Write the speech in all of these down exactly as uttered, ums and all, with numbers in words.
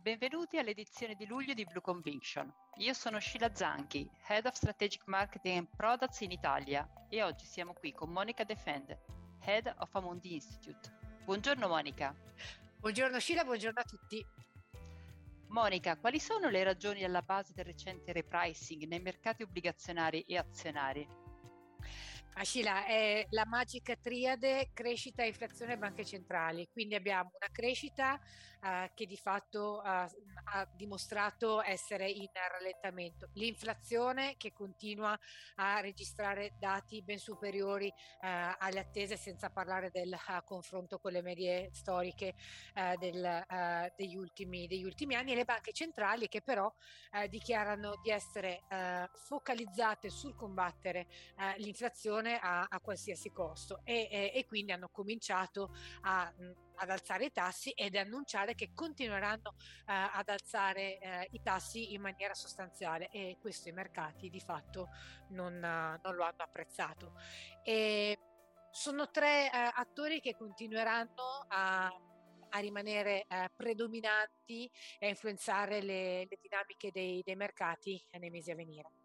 Benvenuti all'edizione di luglio di Blue Conviction. Io sono Sheila Zanchi, Head of Strategic Marketing and Products in Italia e oggi siamo qui con Monica Defend, Head of Amundi Institute. Buongiorno Monica. Buongiorno Sheila, buongiorno a tutti. Monica, quali sono le ragioni alla base del recente repricing nei mercati obbligazionari e azionari? Sheila, è la magica triade crescita, inflazione e banche centrali, quindi abbiamo una crescita uh, che di fatto uh, ha dimostrato essere in rallentamento, l'inflazione che continua a registrare dati ben superiori uh, alle attese, senza parlare del uh, confronto con le medie storiche uh, del, uh, degli, ultimi, degli ultimi anni, e le banche centrali che però uh, dichiarano di essere uh, focalizzate sul combattere uh, l'inflazione A, a qualsiasi costo e, e, e quindi hanno cominciato a, mh, ad alzare i tassi ed annunciare che continueranno uh, ad alzare uh, i tassi in maniera sostanziale, e questo i mercati di fatto non, uh, non lo hanno apprezzato. E sono tre uh, attori che continueranno a a rimanere uh, predominanti e a influenzare le, le dinamiche dei, dei mercati nei mesi a venire.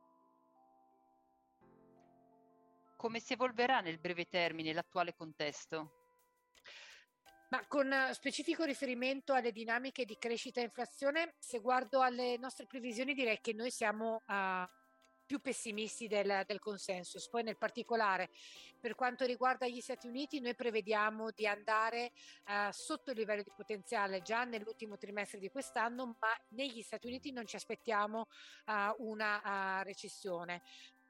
Come si evolverà nel breve termine l'attuale contesto? Ma con specifico riferimento alle dinamiche di crescita e inflazione, se guardo alle nostre previsioni direi che noi siamo uh, più pessimisti del, del consensus. Poi nel particolare per quanto riguarda gli Stati Uniti noi prevediamo di andare uh, sotto il livello di potenziale già nell'ultimo trimestre di quest'anno, ma negli Stati Uniti non ci aspettiamo uh, una uh, recessione.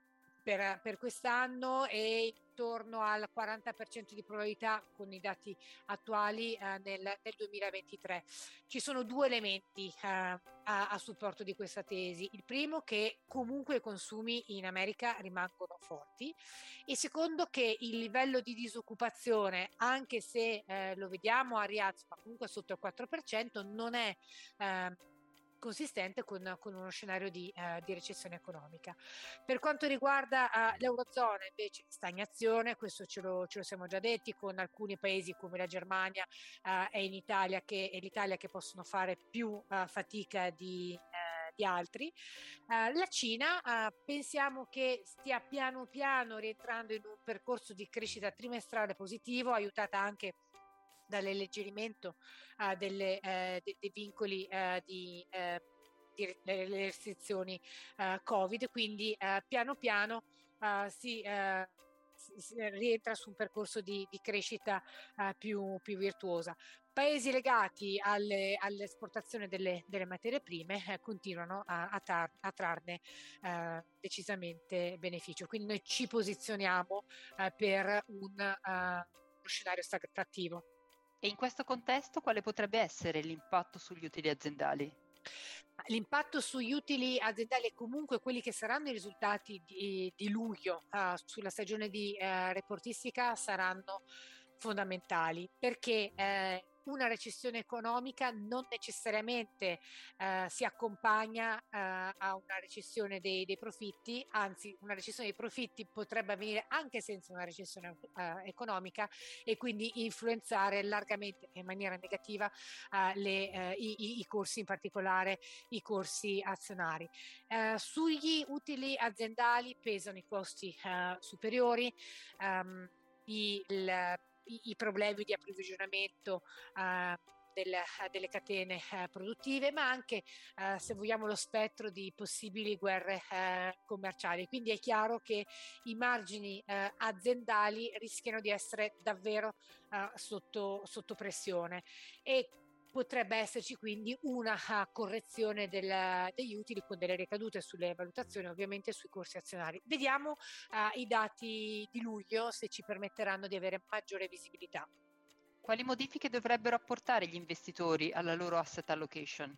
Per, per quest'anno è intorno al quaranta per cento di probabilità con i dati attuali eh, nel, nel duemilaventitré. Ci sono due elementi eh, a, a supporto di questa tesi. Il primo, che comunque i consumi in America rimangono forti, e secondo, che il livello di disoccupazione, anche se eh, lo vediamo a rialzo ma comunque sotto il quattro per cento, non è eh, consistente con, con uno scenario di, uh, di recessione economica. Per quanto riguarda uh, l'Eurozona invece stagnazione, questo ce lo, ce lo siamo già detti, con alcuni paesi come la Germania uh, e in Italia che, e l'Italia che possono fare più uh, fatica di, uh, di altri. Uh, la Cina uh, pensiamo che stia piano piano rientrando in un percorso di crescita trimestrale positivo, aiutata anche dall'alleggerimento uh, delle, uh, de- dei vincoli uh, di, uh, di delle restrizioni uh, Covid, quindi uh, piano piano uh, si, uh, si rientra su un percorso di, di crescita uh, più, più virtuosa. Paesi legati alle, all'esportazione delle, delle materie prime eh, continuano a, a, tar, a trarne eh, decisamente beneficio, quindi noi ci posizioniamo eh, per un, uh, uno scenario stagflattivo. E in questo contesto quale potrebbe essere l'impatto sugli utili aziendali? L'impatto sugli utili aziendali e comunque quelli che saranno i risultati di, di luglio uh, sulla stagione di uh, reportistica saranno fondamentali, perché eh, una recessione economica non necessariamente eh, si accompagna eh, a una recessione dei, dei profitti, anzi una recessione dei profitti potrebbe avvenire anche senza una recessione eh, economica e quindi influenzare largamente in maniera negativa eh, le, eh, i, i corsi, in particolare i corsi azionari. Eh, sugli utili aziendali pesano i costi eh, superiori, ehm, i, il, i, i problemi di approvvigionamento eh, del, delle catene eh, produttive, ma anche eh, se vogliamo lo spettro di possibili guerre eh, commerciali. Quindi è chiaro che i margini eh, aziendali rischiano di essere davvero eh, sotto, sotto pressione, e potrebbe esserci quindi una correzione del, degli utili con delle ricadute sulle valutazioni, ovviamente sui corsi azionari. Vediamo uh, i dati di luglio, se ci permetteranno di avere maggiore visibilità. Quali modifiche dovrebbero apportare gli investitori alla loro asset allocation?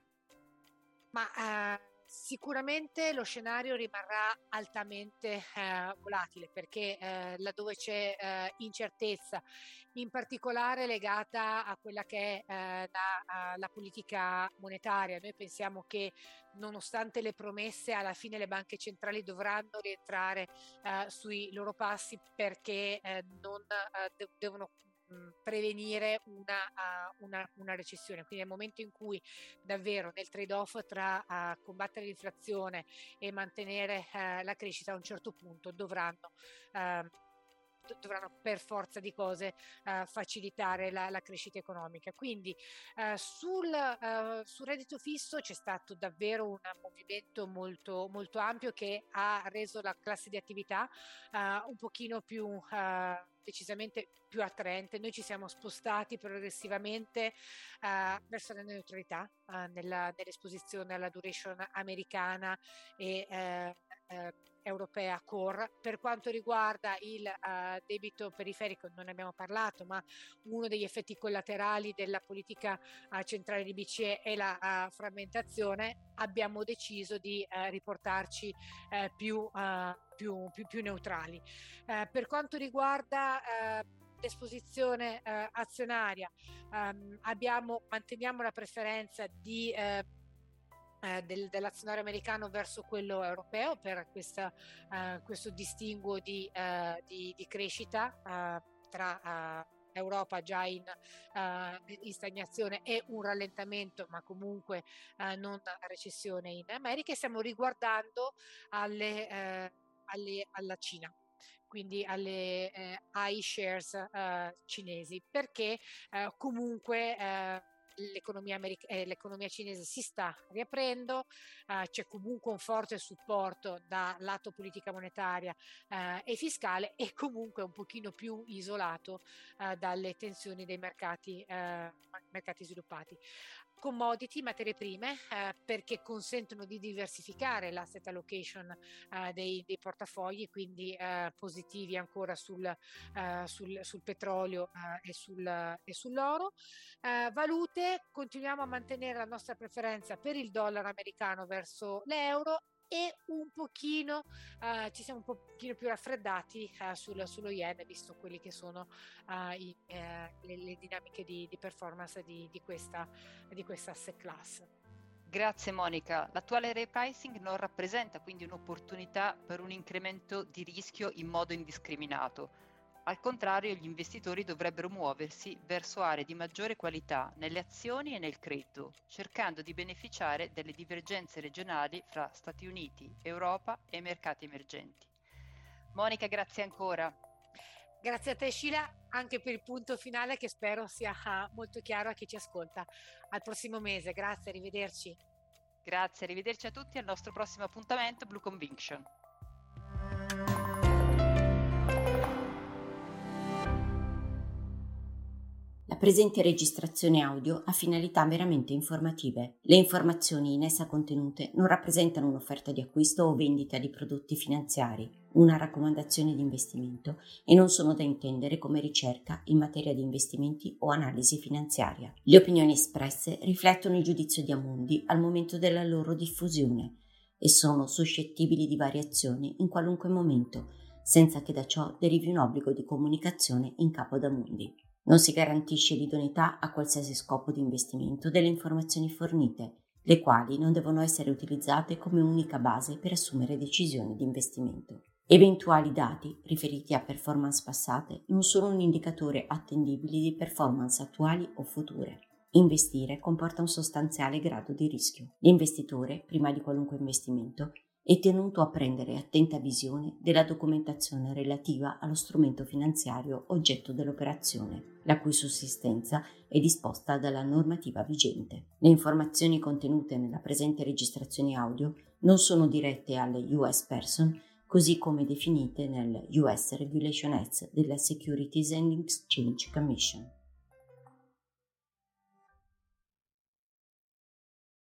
Ma uh, sicuramente lo scenario rimarrà altamente eh, volatile, perché eh, laddove c'è eh, incertezza, in particolare legata a quella che è eh, la, la politica monetaria, noi pensiamo che nonostante le promesse alla fine le banche centrali dovranno rientrare eh, sui loro passi, perché eh, non eh, de- devono prevenire una, uh, una, una recessione. Quindi nel momento in cui davvero nel trade-off tra uh, combattere l'inflazione e mantenere uh, la crescita, a un certo punto dovranno uh, dovranno per forza di cose uh, facilitare la, la crescita economica. Quindi uh, sul, uh, sul reddito fisso c'è stato davvero un movimento molto, molto ampio che ha reso la classe di attività uh, un pochino più uh, decisamente più attraente. Noi ci siamo spostati progressivamente uh, verso la neutralità uh, nella, nell'esposizione alla duration americana e uh, uh, europea core. Per quanto riguarda il uh, debito periferico non ne abbiamo parlato, ma uno degli effetti collaterali della politica uh, centrale di B C E è la uh, frammentazione. Abbiamo deciso di uh, riportarci uh, più, uh, più, più, più neutrali. Uh, per quanto riguarda uh, l'esposizione uh, azionaria, um, abbiamo, manteniamo la preferenza di uh, Eh, del, dell'azionario americano verso quello europeo per questa, uh, questo distinguo di, uh, di, di crescita uh, tra uh, Europa già in, uh, in stagnazione e un rallentamento, ma comunque uh, non recessione in America, e stiamo riguardando alle, uh, alle, alla Cina, quindi alle eh, iShares uh, cinesi, perché uh, comunque uh, L'economia, americ- eh, l'economia cinese si sta riaprendo, eh, c'è comunque un forte supporto da lato politica monetaria eh, e fiscale, e comunque un pochino più isolato eh, dalle tensioni dei mercati, eh, mercati sviluppati. Commodity, materie prime, eh, perché consentono di diversificare l'asset allocation eh, dei, dei portafogli, quindi eh, positivi ancora sul, eh, sul, sul petrolio eh, e, sul, e sull'oro. Eh, valute, continuiamo a mantenere la nostra preferenza per il dollaro americano verso l'euro, e un pochino uh, ci siamo un pochino più raffreddati uh, sul, sullo yen, visto quelli che sono uh, i, eh, le, le dinamiche di, di performance di, di questa di questa asset class. Grazie Monica. L'attuale repricing non rappresenta quindi un'opportunità per un incremento di rischio in modo indiscriminato. Al contrario, gli investitori dovrebbero muoversi verso aree di maggiore qualità nelle azioni e nel credito, cercando di beneficiare delle divergenze regionali fra Stati Uniti, Europa e mercati emergenti. Monica, grazie ancora. Grazie a te Sheila, anche per il punto finale che spero sia molto chiaro a chi ci ascolta. Al prossimo mese, grazie, arrivederci. Grazie, arrivederci a tutti al nostro prossimo appuntamento Blue Conviction. La presente registrazione audio ha finalità meramente informative. Le informazioni in essa contenute non rappresentano un'offerta di acquisto o vendita di prodotti finanziari, una raccomandazione di investimento, e non sono da intendere come ricerca in materia di investimenti o analisi finanziaria. Le opinioni espresse riflettono il giudizio di Amundi al momento della loro diffusione e sono suscettibili di variazioni in qualunque momento, senza che da ciò derivi un obbligo di comunicazione in capo ad Amundi. Non si garantisce l'idoneità a qualsiasi scopo di investimento delle informazioni fornite, le quali non devono essere utilizzate come unica base per assumere decisioni di investimento. Eventuali dati riferiti a performance passate non sono un indicatore attendibile di performance attuali o future. Investire comporta un sostanziale grado di rischio. L'investitore, prima di qualunque investimento, è tenuto a prendere attenta visione della documentazione relativa allo strumento finanziario oggetto dell'operazione, la cui sussistenza è disposta dalla normativa vigente. Le informazioni contenute nella presente registrazione audio non sono dirette alle U S Person, così come definite nel U S Regulation Act della Securities and Exchange Commission.